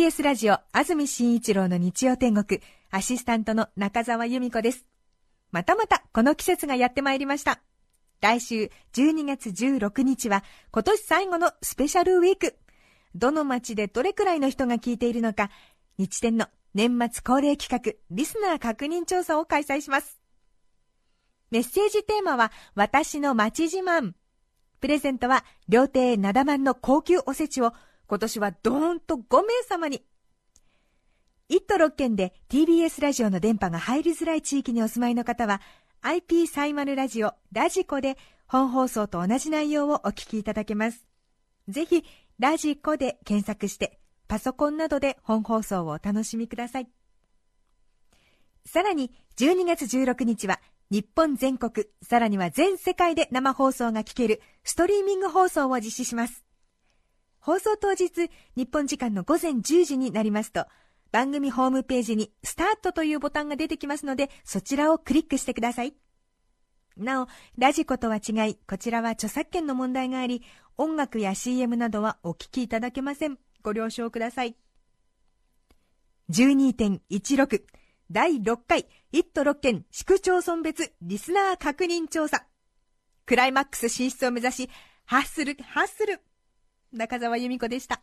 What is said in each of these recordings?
TBS ラジオ安住紳一郎の日曜天国、アシスタントの中澤由美子です。またまたこの季節がやってまいりました。来週12月16日は今年最後のスペシャルウィーク。どの街でどれくらいの人が聞いているのか、日天の年末恒例企画リスナー確認調査を開催します。メッセージテーマは私の街自慢。プレゼントは料亭なだまんの高級おせちを今年はドーンと5名様に。1都6県で TBS ラジオの電波が入りづらい地域にお住まいの方は IP サイマルラジオラジコで本放送と同じ内容をお聞きいただけます。ぜひラジコで検索してパソコンなどで本放送をお楽しみください。さらに12月16日は日本全国、さらには全世界で生放送が聞けるストリーミング放送を実施します。放送当日、日本時間の午前10時になりますと、番組ホームページにスタートというボタンが出てきますので、そちらをクリックしてください。なお、ラジコとは違い、こちらは著作権の問題があり、音楽や CM などはお聞きいただけません。ご了承ください。12.16 第6回1都6県市区町村別リスナー確認調査。クライマックス進出を目指し、ハッスル中澤由美子でした。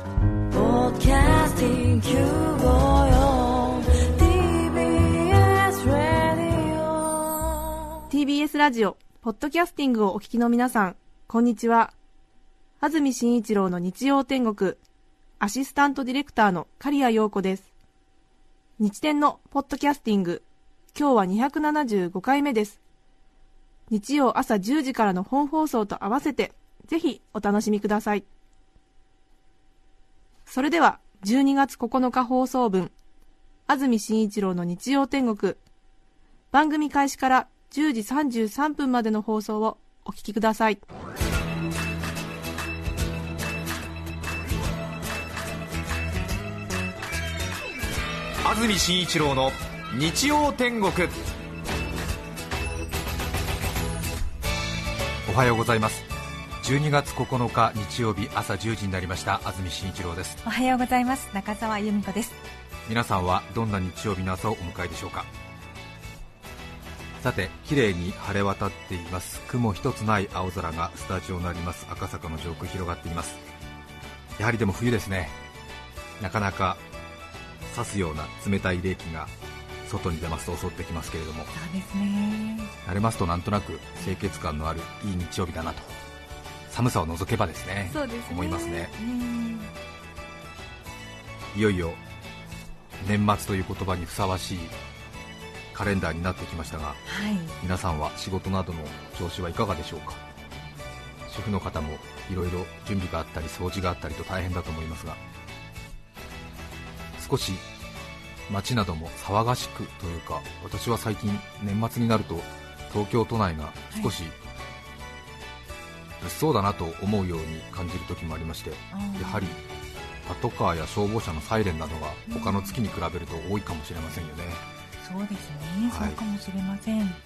TBS ラジオポッドキャスティングをお聞きの皆さん、こんにちは。安住紳一郎の日曜天国、アシスタントディレクターの刈谷陽子です。日天のポッドキャスティング、今日は275回目です。日曜朝10時からの本放送と合わせてぜひお楽しみください。それでは12月9日放送分、安住紳一郎の日曜天国、番組開始から10時33分までの放送をお聞きください。 安住紳一郎の日曜天国。おはようございます。12月9日日曜日朝10時になりました。安住紳一郎です。 おはようございます。中澤由美子です。 皆さんはどんな日曜日の朝をお迎えでしょうか。さて、綺麗に晴れ渡っています。雲一つない青空がスタジオのあります赤坂の上空広がっています。やはりでも冬ですね。なかなか刺すような冷たい冷気が外に出ますと襲ってきますけれども、 そうですね、 慣れますとなんとなく清潔感のあるいい日曜日だなと、寒さを除けばですね、 そうですね、 思いますね。いよいよ年末という言葉にふさわしいカレンダーになってきましたが、はい、皆さんは仕事などの調子はいかがでしょうか。主婦の方もいろいろ準備があったり掃除があったりと大変だと思いますが、少し街なども騒がしくというか、私は最近年末になると東京都内が少し物騒だなと思うように感じる時もありまして、やはりパトカーや消防車のサイレンなどが他の月に比べると多いかもしれませんよね。 そうですね、はい、そうかもしれません。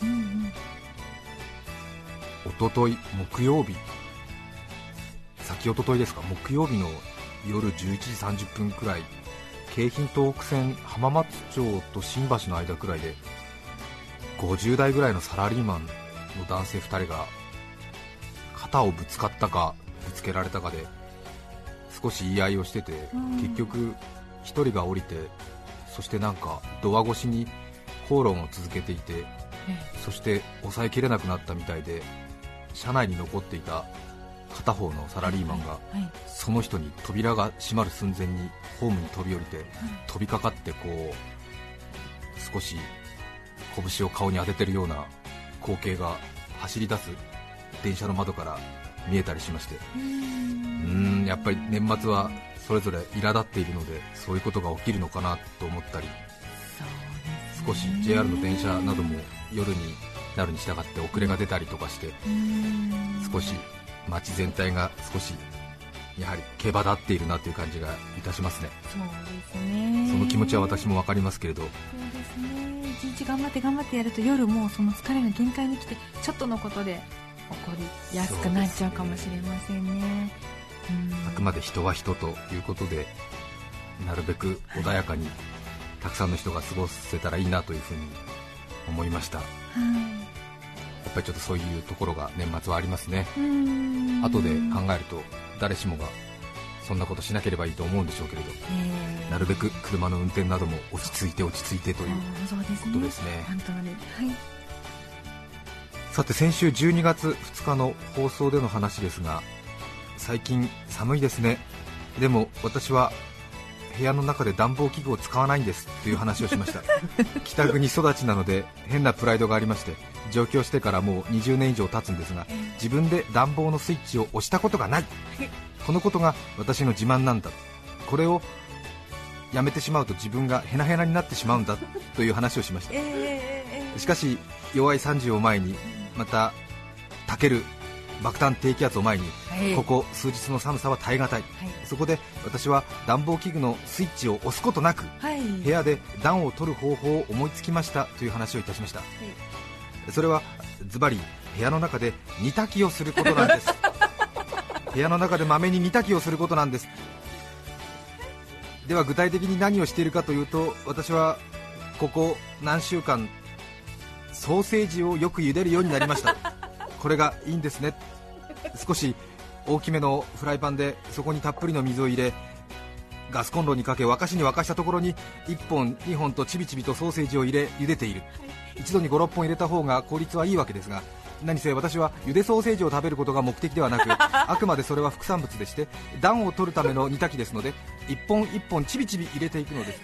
おととい木曜日、先おとといですか、木曜日の夜11時30分くらい、京浜東北線浜松町と新橋の間くらいで50代ぐらいのサラリーマンの男性2人が肩をぶつかったかぶつけられたかで少し言い合いをしてて、結局1人が降りて、そしてなんかドア越しに口論を続けていて、そして抑えきれなくなったみたいで、車内に残っていた片方のサラリーマンがその人に扉が閉まる寸前にホームに飛び降りて、飛びかかってこう少し拳を顔に当ててるような光景が走り出す電車の窓から見えたりしまして、やっぱり年末はそれぞれ苛立っているので、そういうことが起きるのかなと思ったり、少し JR の電車なども夜になるに従って遅れが出たりとかして、少し街全体が少しやはり毛羽立っているなという感じがいたしますね。 そうですね、 その気持ちは私も分かりますけれど、 そうですね、一日頑張ってやると夜もうその疲れが限界に来て、ちょっとのことで起こりやすくなっちゃうかもしれませんね。 あくまで人は人ということで、 なるべく穏やかにたくさんの人が過ごせたらいいなというふうに思いました。やっぱりちょっとそういうところが年末はありますね。後で考えると誰しもがそんなことしなければいいと思うんでしょうけれど、なるべく車の運転なども落ち着いてということですね。さて先週12月2日の放送での話ですが、最近寒いですね。でも私は部屋の中で暖房器具を使わないんですという話をしました北国育ちなので変なプライドがありまして、上京してからもう20年以上経つんですが、自分で暖房のスイッチを押したことがない、このことが私の自慢なんだ、これをやめてしまうと自分がヘナヘナになってしまうんだという話をしました。しかし弱い30を前にまたたける爆弾低気圧を前に、ここ数日の寒さは耐え難い、そこで私は暖房器具のスイッチを押すことなく、部屋で暖を取る方法を思いつきましたという話をいたしました。それはズバリ部屋の中で煮炊きをすることなんです部屋の中でまめに煮炊きをすることなんです。では具体的に何をしているかというと、私はここ何週間ソーセージをよく茹でるようになりましたこれがいいんですね。少し大きめのフライパンでそこにたっぷりの水を入れ、ガスコンロにかけ沸かしに沸かしたところに1本2本とちびちびとソーセージを入れ茹でている。一度に 5,6 本入れた方が効率はいいわけですが、何せ私は茹でソーセージを食べることが目的ではなくあくまでそれは副産物でして暖を取るための煮炊きですので、1本1本ちびちび入れていくのです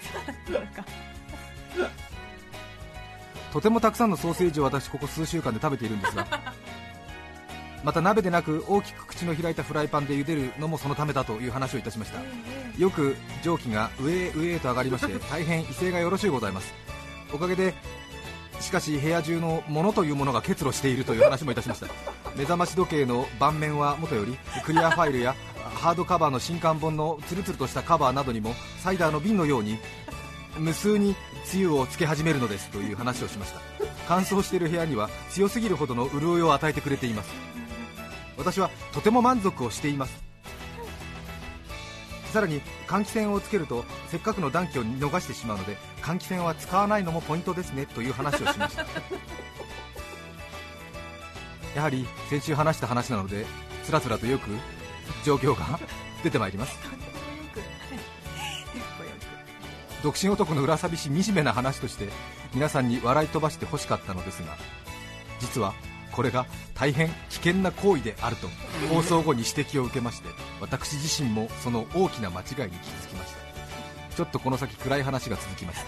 とてもたくさんのソーセージを私ここ数週間で食べているんですが、また鍋でなく大きく口の開いたフライパンで茹でるのもそのためだという話をいたしました。よく蒸気が上へ上へと上がりまして大変威勢がよろしゅうございます。おかげでしかし部屋中のものというものが結露しているという話もいたしました。目覚まし時計の盤面はもとよりクリアファイルやハードカバーの新刊本のツルツルとしたカバーなどにもサイダーの瓶のように無数につゆをつけ始めるのですという話をしました。乾燥している部屋には強すぎるほどの潤いを与えてくれています。私はとても満足をしています。さらに換気扇をつけるとせっかくの暖気を逃してしまうので換気扇は使わないのもポイントですねという話をしましたやはり先週話した話なのでつらつらとよく状況が出てまいります独身男の裏寂し惨めな話として皆さんに笑い飛ばしてほしかったのですが、実はこれが大変危険な行為であると放送後に指摘を受けまして、私自身もその大きな間違いに気づきました。ちょっとこの先暗い話が続きます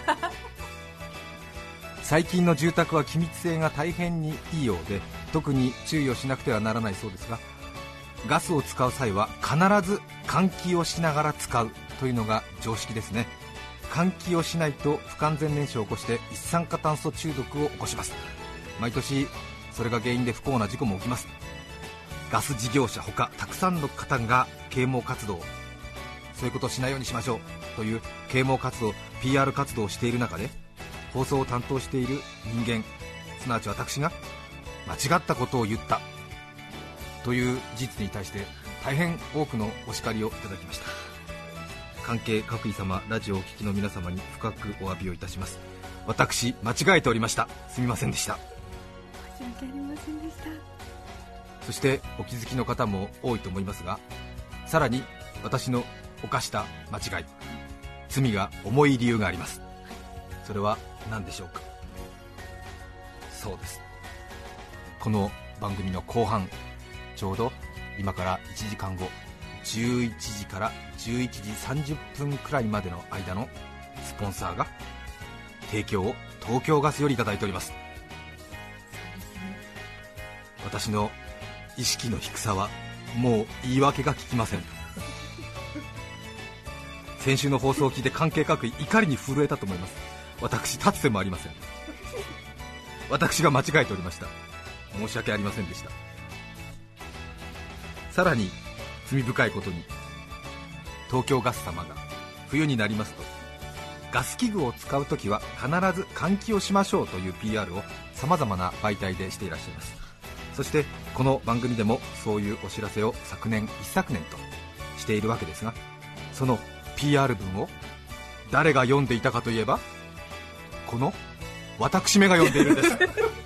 最近の住宅は気密性が大変にいいようで特に注意をしなくてはならないそうですが、ガスを使う際は必ず換気をしながら使うというのが常識ですね。換気をしないと不完全燃焼を起こして一酸化炭素中毒を起こします。毎年それが原因で不幸な事故も起きます。ガス事業者ほかたくさんの方が啓蒙活動、そういうことをしないようにしましょうという啓蒙活動 PR 活動をしている中で、放送を担当している人間、すなわち私が間違ったことを言ったという事実に対して大変多くのお叱りをいただきました。関係各位様、ラジオをお聞きの皆様に深くお詫びをいたします。私間違えておりました。すみませんでした。 申し訳ありませんでした。 そしてお気づきの方も多いと思いますが、さらに私の犯した間違い、罪が重い理由があります。それは何でしょうか。そうです、この番組の後半、ちょうど今から1時間後、11時から11時30分くらいまでの間のスポンサーが提供を東京ガスよりいただいております。私の意識の低さはもう言い訳が聞きません。先週の放送を聞いて関係各位怒りに震えたと思います。私立つ瀬もありません。私が間違えておりました。申し訳ありませんでした。さらに罪深いことに、東京ガス様が冬になりますとガス器具を使うときは必ず換気をしましょうという PR をさまざまな媒体でしていらっしゃいます。そしてこの番組でもそういうお知らせを昨年一昨年としているわけですが、その PR 文を誰が読んでいたかといえば、この私めが読んでいるんですそうですね。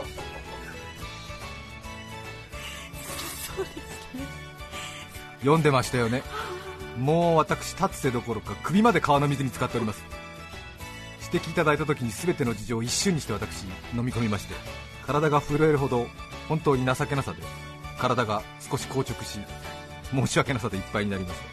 読んでましたよね。もう私立つ瀬どころか首まで川の水に浸かっております。指摘いただいた時に全ての事情を一瞬にして私飲み込みまして、体が震えるほど本当に情けなさで体が少し硬直し、申し訳なさでいっぱいになります。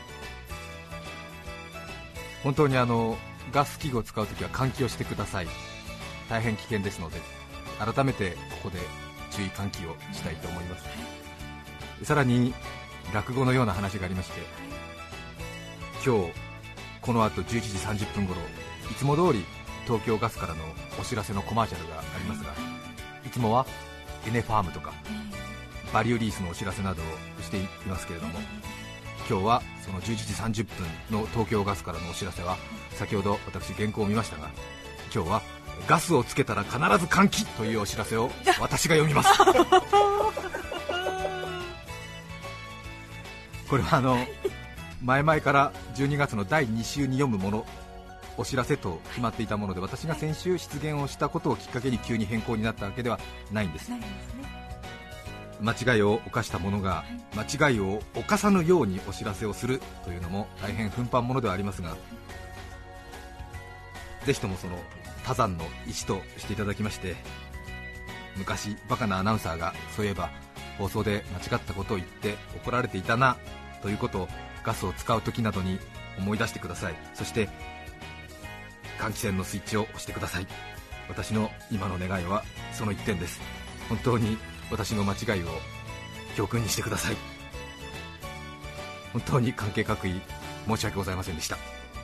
本当にガス器具を使うときは換気をしてください。大変危険ですので、改めてここで注意喚起をしたいと思います。さらに落語のような話がありまして、今日この後11時30分頃、いつも通り東京ガスからのお知らせのコマーシャルがありますが、いつもはエネファームとかバリューリースのお知らせなどをしていますけれども、今日はその11時30分の東京ガスからのお知らせは、先ほど私原稿を見ましたが、今日はガスをつけたら必ず換気というお知らせを私が読みますこれは前々から12月の第2週に読むもの、お知らせと決まっていたもので、私が先週出現をしたことをきっかけに急に変更になったわけではないんです。間違いを犯した者が間違いを犯さぬようにお知らせをするというのも大変奮発ものではありますが、ぜひともその他山の石としていただきまして、昔バカなアナウンサーがそういえば放送で間違ったことを言って怒られていたなということをガスを使う時などに思い出してください。そして換気扇のスイッチを押してください。私の今の願いはその一点です。本当に私の間違いを教訓にしてください。本当に関係各位申し訳ございませんでした。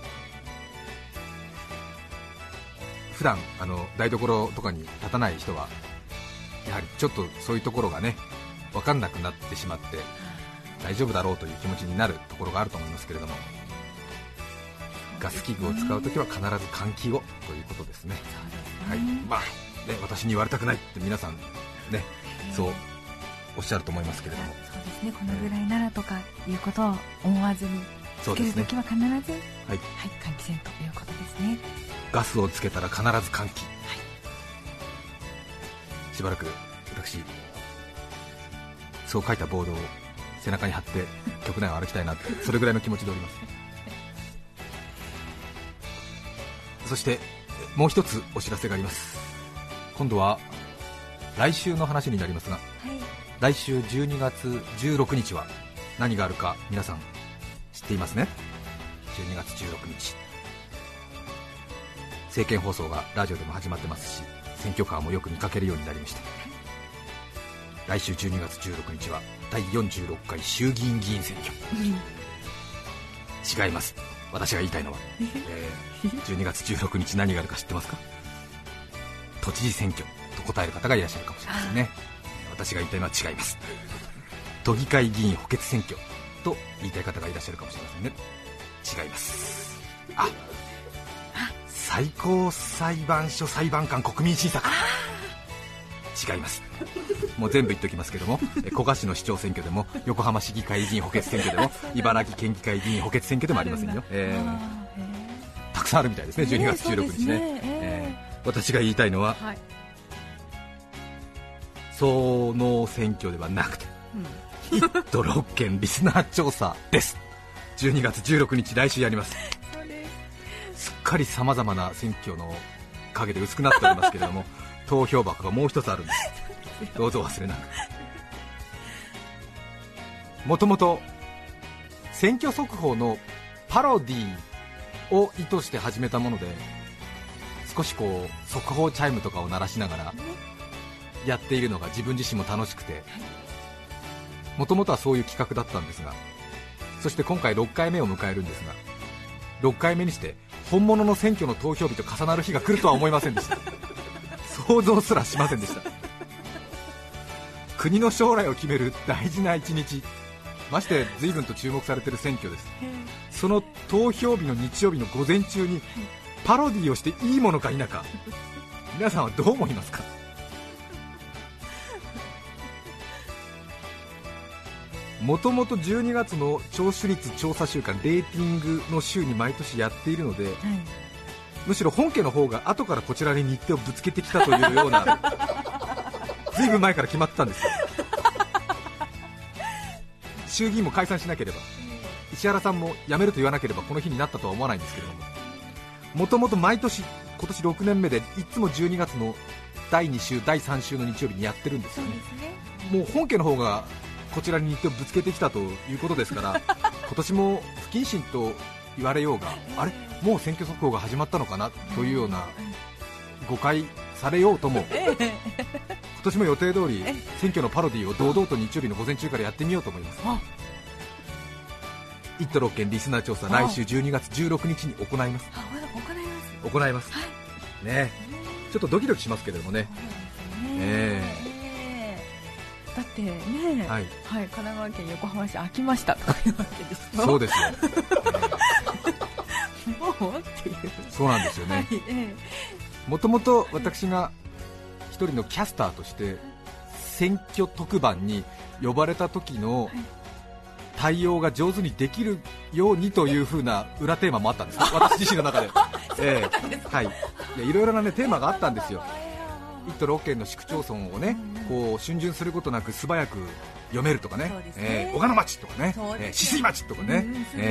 普段台所とかに立たない人はやはりちょっとそういうところがね分かんなくなってしまって、大丈夫だろうという気持ちになるところがあると思いますけれども、ガス器具を使うときは必ず換気をということですね。はい、まあね、私に言われたくないって皆さんね、そうおっしゃると思いますけれども、 そうですね、このぐらいならとかいうことを思わずにつけるときは必ず、はい、換気扇ということですね。 ガスをつけたら必ず換気、しばらく私そう書いたボードを背中に貼って局内を歩きたいなって、それぐらいの気持ちでおります。そしてもう一つお知らせがあります。今度は来週の話になりますが、来週12月16日は何があるか皆さん知っていますね。12月16日政見放送がラジオでも始まってますし、選挙カーもよく見かけるようになりました。来週12月16日は第46回衆議院議員選挙、違います。私が言いたいのは、12月16日何があるか知ってますか？都知事選挙と答える方がいらっしゃるかもしれませんね。私が言いたいのは違います。都議会議員補欠選挙と言いたい方がいらっしゃるかもしれませんね。違います。最高裁判所裁判官国民審査官、違います。もう全部言っておきますけども、古賀市の市長選挙でも横浜市議会議員補欠選挙でも茨城県議会議員補欠選挙でもありませんよ。たくさんあるみたいですね、12月16日ね。私が言いたいのは、その選挙ではなくて、1都6県リスナー調査です。12月16日来週やります。すっかりさまざまな選挙の陰で薄くなっておりますけれども投票箱がもう一つあるんです。どうぞ忘れなく。もともと選挙速報のパロディを意図して始めたもので、少しこう速報チャイムとかを鳴らしながらやっているのが自分自身も楽しくて、もともとはそういう企画だったんですが、そして今回6回目を迎えるんですが、6回目にして本物の選挙の投票日と重なる日が来るとは思いませんでした。想像すらしませんでした。国の将来を決める大事な一日、まして随分と注目されている選挙です。その投票日の日曜日の午前中にパロディをしていいものか否か、皆さんはどう思いますか？ もともと12月の聴取率調査週間レーティングの週に毎年やっているので、はい、むしろ本家の方が後からこちらに日程をぶつけてきたというようなずいぶん前から決まってたんですよ。衆議院も解散しなければ、石原さんも辞めると言わなければこの日になったとは思わないんですけれども、もともと毎年、今年6年目でいつも12月の第2週第3週の日曜日にやってるんですよね。もう本家の方がこちらに日程をぶつけてきたということですから今年も不謹慎と言われようが、あれもう選挙速報が始まったのかなというような誤解されようとも、今年も予定通り選挙のパロディを堂々と日曜日の午前中からやってみようと思います。1都6県リスナー調査、来週12月16日に行います。行います、はいね、ちょっとドキドキしますけれどもね。 だってね、はい、神奈川県横浜市開きましたとかいうわけですよ。 そうですよ、 もうっていう。 そうなんですよね。もともと私が一人のキャスターとして選挙特番に呼ばれた時の対応が上手にできるようにという風な裏テーマもあったんです、私自身の中で。はい、いろいろな、ね、テーマがあったんですよ。1都6県の市区町村をね、こう逡巡することなく素早く読めるとかね、小鹿野町とかね、止水町とかね、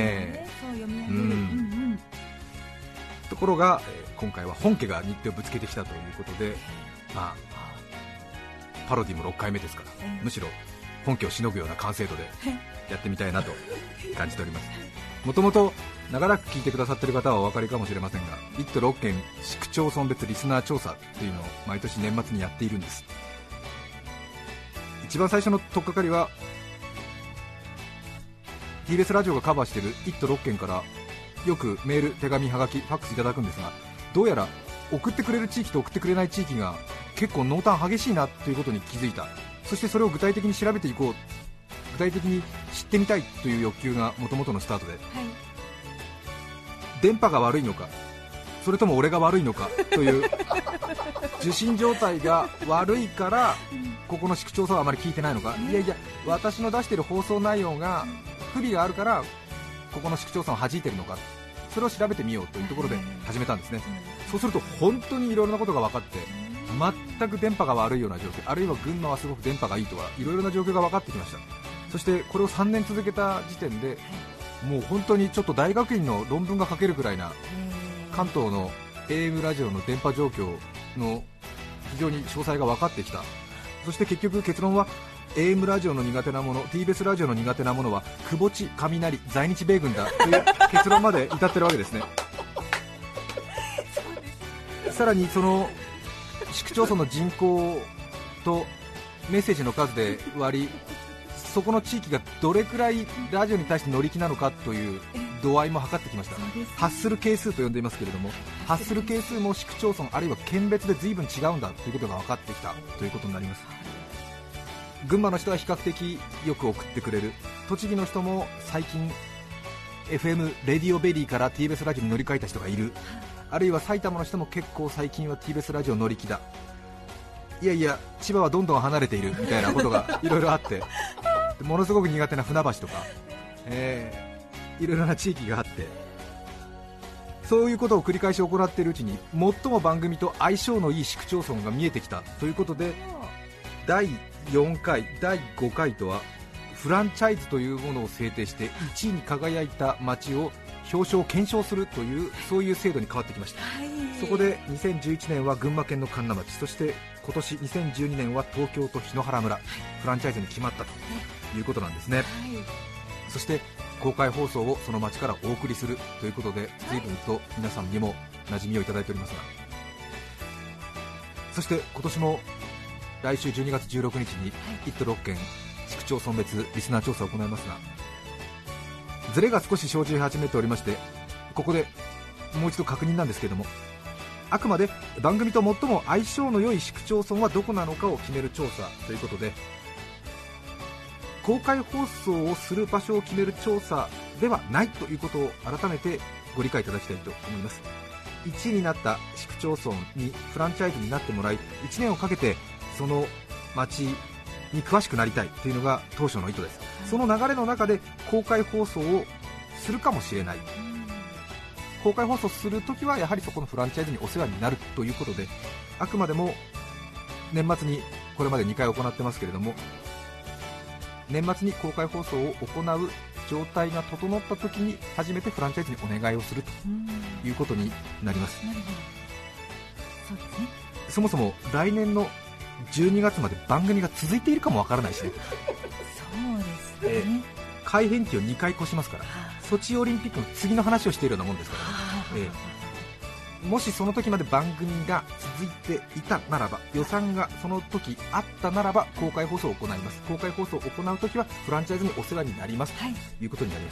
ところが、今回は本家が日程をぶつけてきたということで、まあ、パロディも6回目ですから、むしろ本家をしのぐような完成度でやってみたいなと感じております。もともと長らく聞いてくださっている方はお分かりかもしれませんが、1都6県市区町村別リスナー調査というのを毎年年末にやっているんです。一番最初の取っかかりは TBS ラジオがカバーしている1都6県からよくメール、手紙、はがき、ファックスいただくんですが、どうやら送ってくれる地域と送ってくれない地域が結構濃淡激しいなということに気づいた。そしてそれを具体的に調べていこう、具体的に知ってみたいという欲求がもともとのスタートで、はい、電波が悪いのかそれとも俺が悪いのかという受信状態が悪いからここの市区町村はあまり聞いてないのか、いやいや私の出している放送内容が不備があるからここの市区町村を弾いているのか、それを調べてみようというところで始めたんですね。そうすると本当にいろいろなことが分かって、全く電波が悪いような状況、あるいは群馬はすごく電波がいいとかいろいろな状況が分かってきました。そしてこれを3年続けた時点でもう本当にちょっと大学院の論文が書けるくらいな関東の AM ラジオの電波状況の非常に詳細が分かってきた。そして結局結論は AM ラジオの苦手なもの、 TBS ラジオの苦手なものはくぼ地、雷、在日米軍だという結論まで至ってるわけですね。さらにその市区町村の人口とメッセージの数で割り、そこの地域がどれくらいラジオに対して乗り気なのかという度合いも測ってきました。発する係数と呼んでいますけれども、発する係数も市区町村あるいは県別で随分違うんだということが分かってきたということになります。群馬の人は比較的よく送ってくれる。栃木の人も最近 FM レディオベリーから TBS ラジオに乗り換えた人がいる。あるいは埼玉の人も結構最近は TBS ラジオ乗り気だ。いやいや千葉はどんどん離れているみたいなことがいろいろあってものすごく苦手な船橋とか、いろいろな地域があって、そういうことを繰り返し行っているうちに最も番組と相性のいい市区町村が見えてきたということで、第4回第5回とはフランチャイズというものを制定して1位に輝いた町を表彰検証するという、そういう制度に変わってきました。そこで2011年は群馬県の神流町、そして今年2012年は東京都檜原村、フランチャイズに決まったということなんですね。そして公開放送をその町からお送りするということで、随分と皆さんにも馴染みをいただいておりますが、そして今年も来週12月16日に1都6県市区町村別リスナー調査を行いますが、ズレが少し生じ始めておりまして、ここでもう一度確認なんですけれども、あくまで番組と最も相性の良い市区町村はどこなのかを決める調査ということで、公開放送をする場所を決める調査ではないということを改めてご理解いただきたいと思います。1位になった市区町村にフランチャイズになってもらい、1年をかけてその町に詳しくなりたいというのが当初の意図です。その流れの中で公開放送をするかもしれない。公開放送するときはやはりそこのフランチャイズにお世話になるということで、あくまでも年末にこれまで2回行ってますけれども、年末に公開放送を行う状態が整ったときに初めてフランチャイズにお願いをするということになります。 なるほど。そうですね。 そもそも来年の12月まで番組が続いているかもわからないしね。 そうですね。 改編期を2回越しますから、ソチオリンピックの次の話をしているようなもんですからね。もしその時まで番組が続いていたならば、予算がその時あったならば公開放送を行います。公開放送を行う時はフランチャイズにお世話になります、ということになります。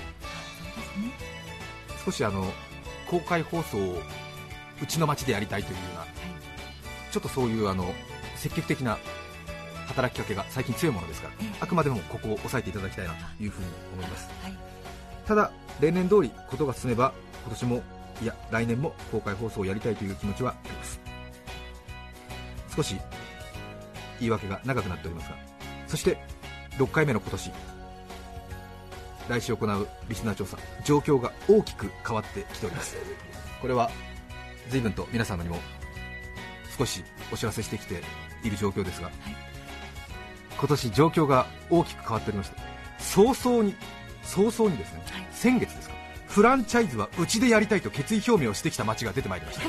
少し公開放送をうちの町でやりたいというような、ちょっとそういう積極的な働きかけが最近強いものですから、あくまでもここを抑えていただきたいなというふうに思います。ただ例年通りことが進めば今年もいや来年も公開放送をやりたいという気持ちはあります。少し言い訳が長くなっておりますが、そして6回目の今年、来週行うリスナー調査、状況が大きく変わってきております。これは随分と皆様にも少しお知らせしてきている状況ですが、今年状況が大きく変わっておりまして、早々にですね、先月ですか、フランチャイズはうちでやりたいと決意表明をしてきた町が出てまいりました。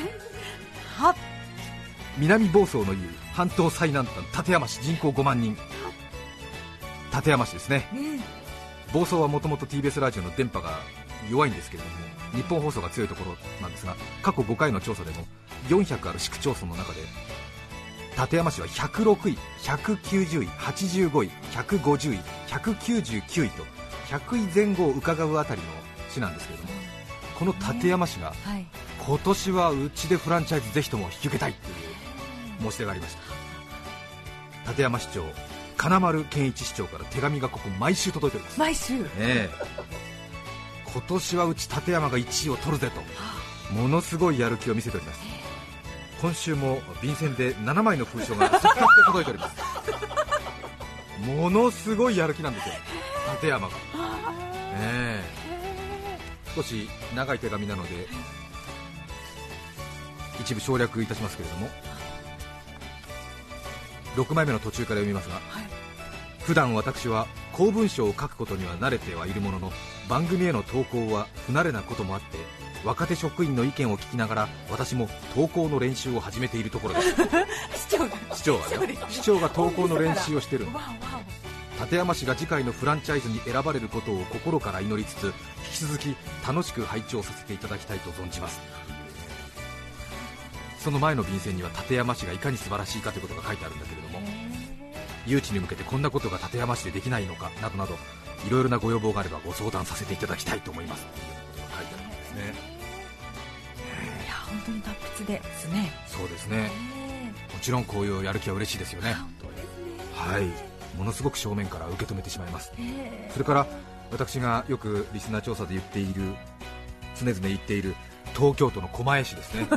南房総のいう半島最南端館山市、人口5万人、館山市ですね。房総はもともと TBS ラジオの電波が弱いんですけれども、日本放送が強いところなんですが、過去5回の調査でも400ある市区町村の中で館山市は106位、190位、85位、150位、199位と100位前後を伺うあたりの市なんですけれども、この館山市が今年はうちでフランチャイズぜひとも引き受けたいという申し出がありました。館山市長金丸健一市長から手紙がここ毎週届いております。 毎週、 今年はうち館山が1位を取るぜとものすごいやる気を見せております。今週も便箋で7枚の封書が速達で届いておりますものすごいやる気なんですよ、館山が。少し長い手紙なので一部省略いたしますけれども、6枚目の途中から読みますが、普段私は公文書を書くことには慣れてはいるものの、番組への投稿は不慣れなこともあって若手職員の意見を聞きながら私も投稿の練習を始めているところです市長が投稿の練習をしている。館山市が次回のフランチャイズに選ばれることを心から祈りつつ、引き続き楽しく拝聴させていただきたいと存じます。その前の便箋には館山市がいかに素晴らしいかということが書いてあるんだけれども、誘致に向けてこんなことが館山市でできないのかなどなど、いろいろなご要望があればご相談させていただきたいと思いますということが書いてあるんですね。 いや本当に達筆ですね。 そうですね、もちろんこういうやる気は嬉しいですよね。はい、ものすごく正面から受け止めてしまいます。それから私がよくリスナー調査で言っている、常々言っている東京都の狛江市ですね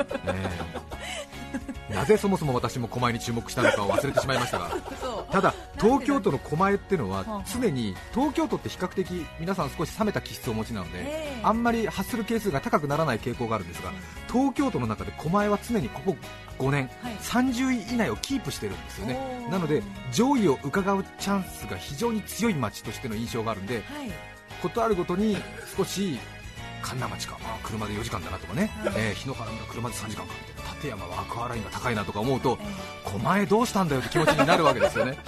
なぜそもそも私も狛江に注目したのかを忘れてしまいましたがただ東京都の狛江っていうのは常に、東京都って比較的皆さん少し冷めた気質をお持ちなので、あんまり発する係数が高くならない傾向があるんですが、東京都の中で狛江は常にここ5年、30位以内をキープしてるんですよね。なので上位を伺うチャンスが非常に強い街としての印象があるんで、ことあるごとに少し神流町か、車で4時間だなとかね、檜原村車で3時間かみたいな、館山はアクアラインが高いなとか思うと、狛江どうしたんだよって気持ちになるわけですよね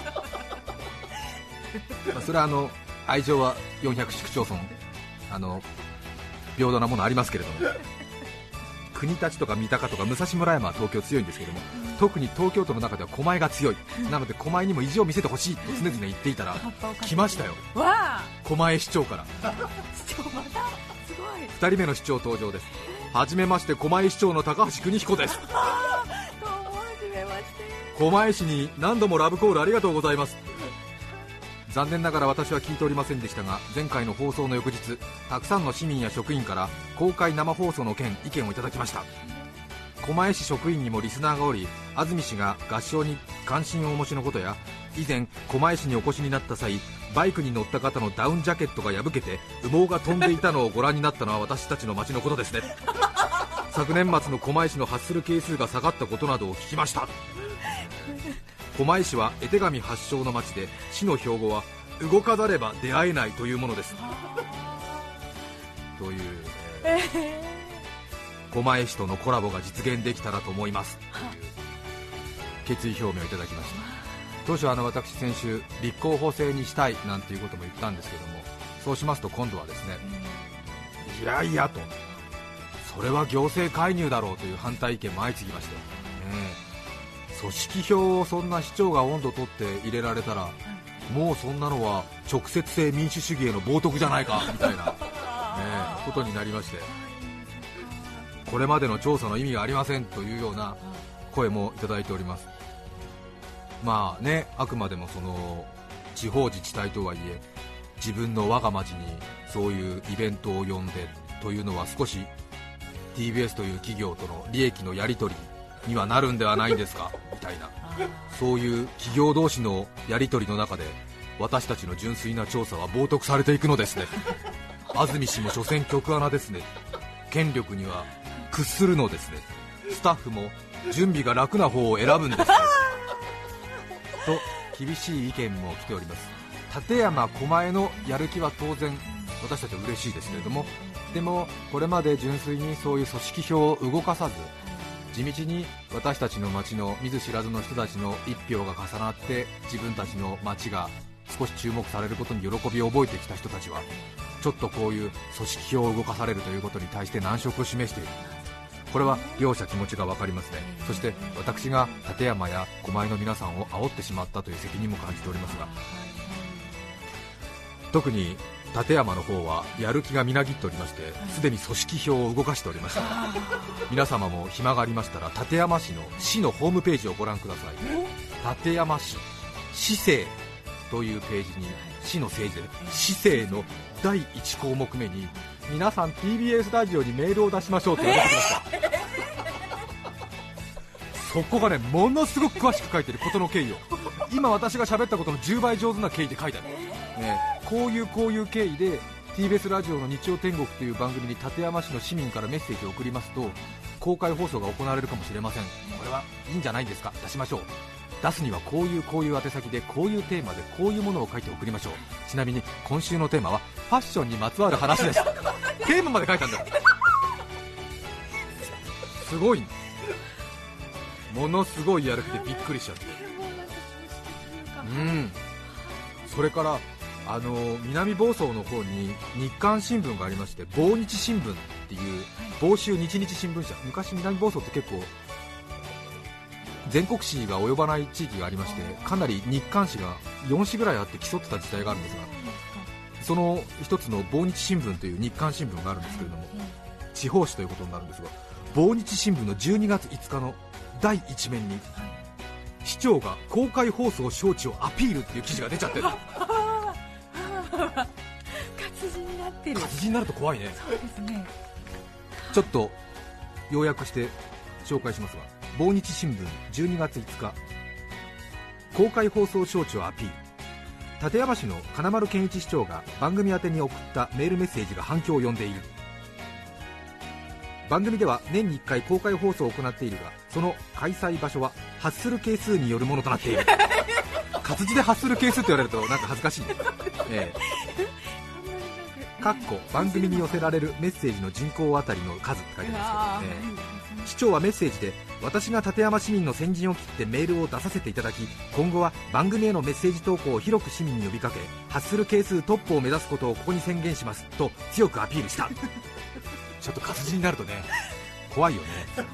それは愛情は400市区町村平等なものありますけれども、国立とか三鷹とか武蔵村山は東京強いんですけども、特に東京都の中では狛江が強い。なので狛江にも意地を見せてほしいと常々言っていたら来ましたよ、狛江市長から2人目の市長登場です。はじめまして、狛江市長の高橋邦彦です狛江市に何度もラブコールありがとうございます。残念ながら私は聞いておりませんでしたが、前回の放送の翌日、たくさんの市民や職員から公開生放送の件意見をいただきました。狛江市職員にもリスナーがおり、安住氏が合唱に関心をお持ちのことや、 以前狛江市にお越しになった際、バイクに乗った方のダウンジャケットが破けて羽毛が飛んでいたのをご覧になったのは私たちの町のことですね。昨年末の狛江市の発する係数が下がったことなどを聞きました。狛江市は絵手紙発祥の町で、市の標語は動かざれば出会えないというものです。という、狛江市とのコラボが実現できたらと思いますという決意表明をいただきました。当初私先週立候補制にしたいなんていうことも言ったんですけども、そうしますと今度はですね、いやいやと、それは行政介入だろうという反対意見も相次ぎましたよ、組織票をそんな市長が温度取って入れられたら、もうそんなのは直接性民主主義への冒涜じゃないかみたいな、ことになりまして、これまでの調査の意味がありませんというような声もいただいております。まあね、あくまでもその地方自治体とはいえ、自分の我が町にそういうイベントを呼んでというのは少し TBS という企業との利益のやり取りにはなるんではないんですかみたいな、そういう企業同士のやり取りの中で私たちの純粋な調査は冒涜されていくのですね。安住氏も所詮局アナですね。権力には屈するのですね。スタッフも準備が楽な方を選ぶんですねと厳しい意見も来ております。立山狛江のやる気は当然私たちは嬉しいですけれども、でもこれまで純粋にそういう組織票を動かさず、地道に私たちの町の見ず知らずの人たちの一票が重なって自分たちの町が少し注目されることに喜びを覚えてきた人たちは、ちょっとこういう組織票を動かされるということに対して難色を示している。これは両者気持ちが分かりますね。そして私が立山や狛江の皆さんを煽ってしまったという責任も感じておりますが、特に立山の方はやる気がみなぎっておりまして、すでに組織票を動かしておりました。皆様も暇がありましたら立山市の市のホームページをご覧ください。立山市市政というページに市の政治で市政の第1項目目に、皆さん TBS ラジオにメールを出しましょうと言われてきました。そこがね、ものすごく詳しく書いてることの経緯を、今私が喋ったことの10倍上手な経緯で書いてある、こういう経緯で TBS ラジオの日曜天国という番組に立山市の市民からメッセージを送りますと、公開放送が行われるかもしれません。これはいいんじゃないですか、出しましょう。出すにはこういう宛先でこういうテーマでこういうものを書いて送りましょう。ちなみに今週のテーマはファッションにまつわる話です。テーマまで書いたんだよ。すごい、ものすごいやる気でびっくりしちゃって、それから南房総の方に日刊新聞がありまして、防日新聞っていう房州日日新聞社、昔南房総って結構全国紙が及ばない地域がありまして、かなり日刊紙が4紙ぐらいあって競ってた時代があるんですが、その一つの防日新聞という日刊新聞があるんですけれども、地方紙ということになるんですが、防日新聞の12月5日の第1面に市長が公開放送招致をアピールっていう記事が出ちゃってる。 活字になってる。 活字になると怖いね。 そうですね。 ちょっと要約して紹介しますが、防日新聞12月5日、公開放送招致をアピール。立山市の金丸健一市長が番組宛てに送ったメールメッセージが反響を呼んでいる。番組では年に1回公開放送を行っているが、その開催場所は発する係数によるものとなっている。活字で発する係数と言われるとなんか恥ずかしいね。番組に寄せられるメッセージの人口あたりの数って書いてますけど、市長はメッセージで、私が立山市民の先陣を切ってメールを出させていただき、今後は番組へのメッセージ投稿を広く市民に呼びかけ、発する係数トップを目指すことをここに宣言しますと強くアピールした。ちょっと活字になるとね、怖いよね。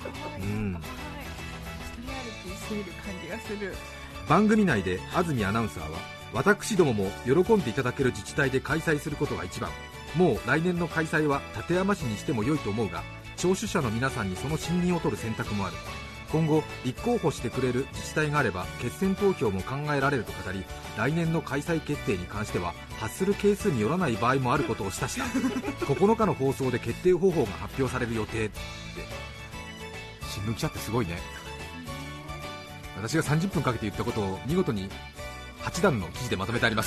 番組内で安住アナウンサーは、私どもも喜んでいただける自治体で開催することが一番、もう来年の開催は立山市にしても良いと思うが、聴取者の皆さんにその信任を取る選択もある。今後立候補してくれる自治体があれば決選投票も考えられると語り、来年の開催決定に関しては発する係数によらない場合もあることを示唆した。9日の放送で決定方法が発表される予定って。新聞記者ってすごいね。私が30分かけて言ったことを見事に 8段の記事でまとめてあります。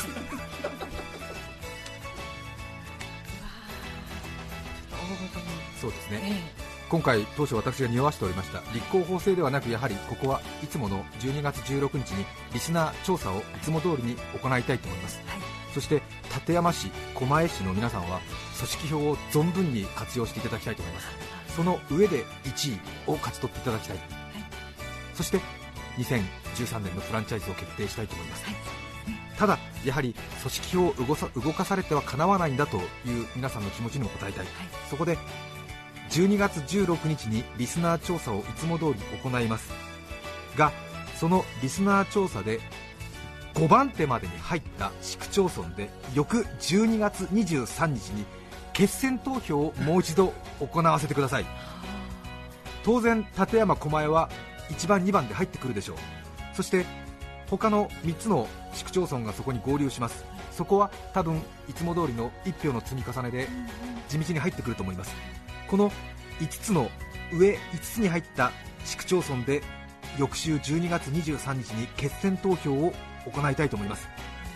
そうですね、今回当初私が匂わしておりました立候補制ではなく、やはりここはいつもの12月16日にリスナー調査をいつも通りに行いたいと思います、そして館山市、狛江市の皆さんは組織票を存分に活用していただきたいと思います。その上で1位を勝ち取っていただきたい、そして2013年のフランチャイズを決定したいと思います、ただやはり組織票を動かされてはかなわないんだという皆さんの気持ちにも応えたい、そこで12月16日にリスナー調査をいつも通り行いますが、そのリスナー調査で5番手までに入った市区町村で翌12月23日に決選投票をもう一度行わせてください。当然館山、狛江は1番2番で入ってくるでしょう。そして他の3つの市区町村がそこに合流します。そこは多分いつも通りの1票の積み重ねで地道に入ってくると思います。この5つの上5つに入った市区町村で翌週12月23日に決選投票を行いたいと思います。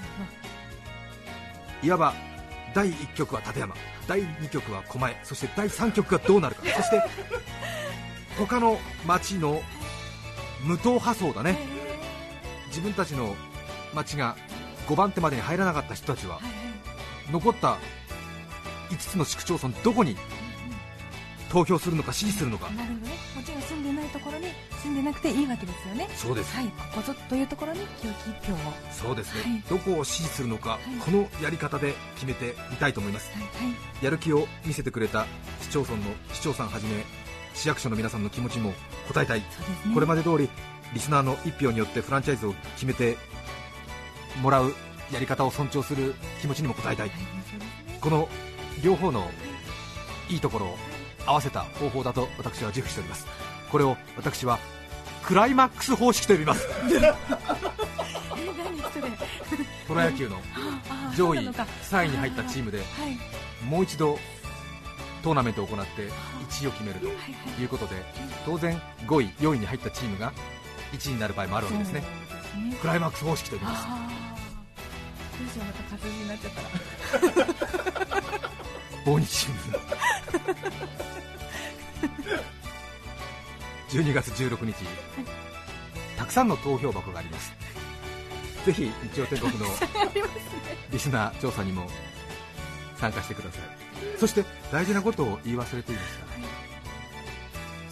いわば第1局は館山、第2局は狛江、そして第3局がどうなるか、そして他の町の無党派層だね、自分たちの町が5番手までに入らなかった人たちは残った5つの市区町村どこに投票するのか支持するのか。 なるほどね、もちろん住んでないところに住んでなくていいわけですよね。 そうです、 はい、ここぞというところに清き一票を。 そうですね、 はい、 どこを支持するのか、このやり方で決めてみたいと思います、やる気を見せてくれた市町村の市長さんはじめ市役所の皆さんの気持ちにも応えたい、これまで通りリスナーの1票によってフランチャイズを決めてもらうやり方を尊重する気持ちにも応えたい、この両方のいいところを合わせた方法だと私は自負しております。これを私はクライマックス方式と呼びますプロ野球の上位3位に入ったチームでもう一度トーナメントを行って1位を決めるということで、当然5位4位に入ったチームが1位になる場合もあるわけですね。クライマックス方式と呼びます。 どうしよう、また活字になっちゃったら棒日新聞12月16日、たくさんの投票箱があります。ぜひ日曜天国のリスナー調査にも参加してください。そして大事なことを言い忘れていました、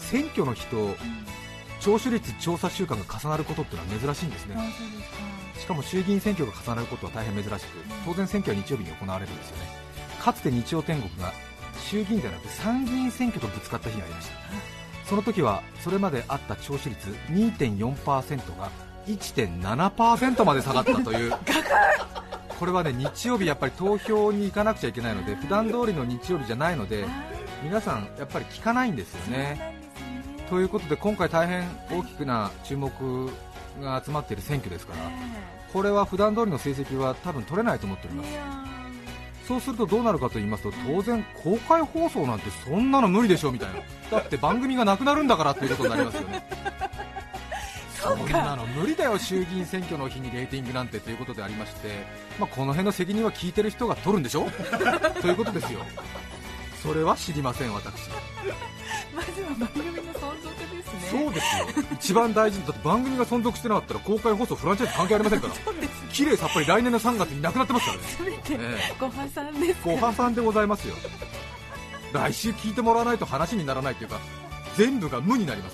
選挙の日と聴取率調査週間が重なることってのは珍しいんですね。しかも衆議院選挙が重なることは大変珍しく、当然選挙は日曜日に行われるんですよね。かつて日曜天国が衆議院ではなく参議院選挙とぶつかった日がありました。その時はそれまであった聴取率 2.4% が 1.7% まで下がったというこれはね、日曜日やっぱり投票に行かなくちゃいけないので、普段通りの日曜日じゃないので皆さんやっぱり聞かないんですよね。ということで今回大変大きな注目が集まっている選挙ですから、これは普段通りの成績は多分取れないと思っております。そうするとどうなるかと言いますと、当然公開放送なんてそんなの無理でしょみたいな、だって番組がなくなるんだからということになりますよねそんなの無理だよ、衆議院選挙の日にレーティングなんてということでありまして、この辺の責任は聞いてる人が取るんでしょということですよ。それは知りません、私。 まずは番組の存続ですね。 そうですよ、一番大事だって、番組が存続してなかったら公開放送フランチャイズ関係ありませんから綺麗さっぱり来年の3月になくなってますからね。 全てご破産です。 ご破産でございますよ。来週聞いてもらわないと話にならないというか、全部が無になります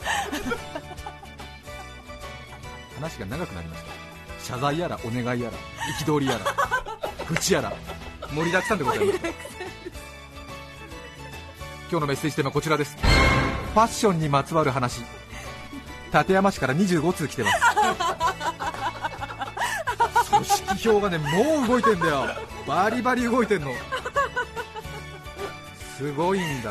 話が長くなりました。謝罪やらお願いやら憤りやら愚痴やら盛りだくさんでございます今日のメッセージテーマはこちらです。ファッションにまつわる話、館山市から25通来てます組織票がね、もう動いてんだよ、バリバリ動いてんの、すごいんだ。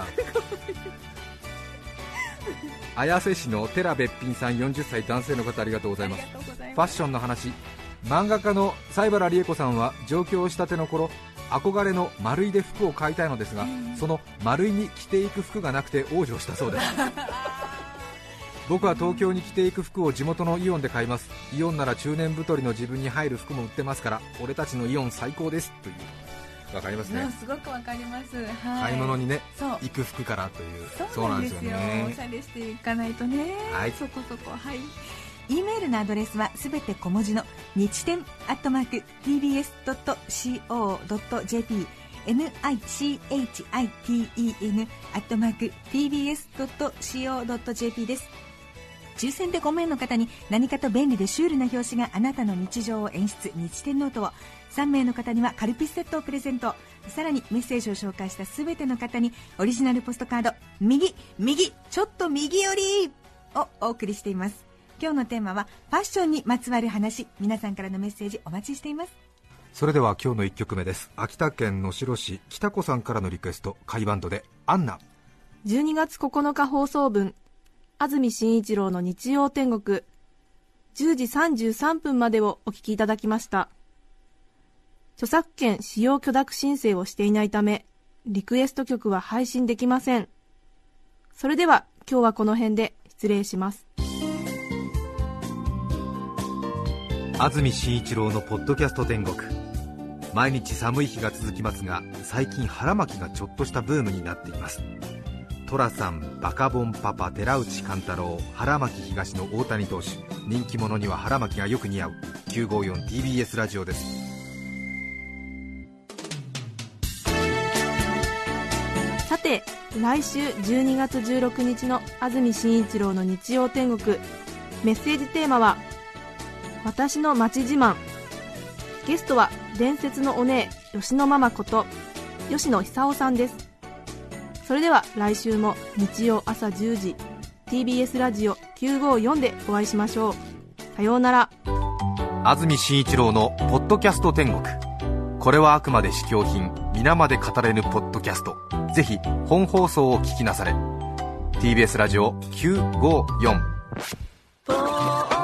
綾瀬市の寺べっぴんさん、40歳男性の方、ありがとうございます。ファッションの話、漫画家の西原理恵子さんは上京したての頃、憧れの丸いで服を買いたいのですが、その丸いに着ていく服がなくて往生したそうです僕は東京に着ていく服を地元のイオンで買います。イオンなら中年太りの自分に入る服も売ってますから、俺たちのイオン最高ですという。わかりますね。 すごくわかります、はい、 買い物にね行く服からという。 そうなんですよね。おしゃれしていかないとね、はい、そこそこ。はい、E メールのアドレスはすべて小文字の日天@tbs.co.jp nichiten@tbs.co.jp です。抽選で5名の方に何かと便利でシュールな表紙があなたの日常を演出、日天ノートを、3名の方にはカルピスセットをプレゼント。さらにメッセージを紹介したすべての方にオリジナルポストカード右ちょっと右寄りをお送りしています。今日のテーマはファッションにまつわる話。皆さんからのメッセージお待ちしています。 それでは今日の1曲目です。秋田県能代市北子さんからのリクエスト、カイバンドでアンナ。 12月9日放送分、安住紳一郎の日曜天国、10時33分までをお聞きいただきました。著作権使用許諾申請をしていないため、リクエスト曲は配信できません。それでは今日はこの辺で失礼します。 安住紳一郎のポッドキャスト天国。毎日寒い日が続きますが、最近腹巻きがちょっとしたブームになっています。寅さん、バカボンパパ、寺内貫太郎、腹巻き東の大谷投手、人気者には腹巻きがよく似合う。 954TBS ラジオです。 さて、来週12月16日の安住紳一郎の日曜天国、メッセージテーマは私の町自慢。ゲストは伝説のお姉、吉野ママこと吉野久夫さんです。それでは来週も日曜朝10時 TBS ラジオ954でお会いしましょう。さようなら。 安住紳一郎のポッドキャスト天国。これはあくまで試供品、皆まで語れぬポッドキャスト。ぜひ本放送を聞きなされ。 TBS ラジオ954。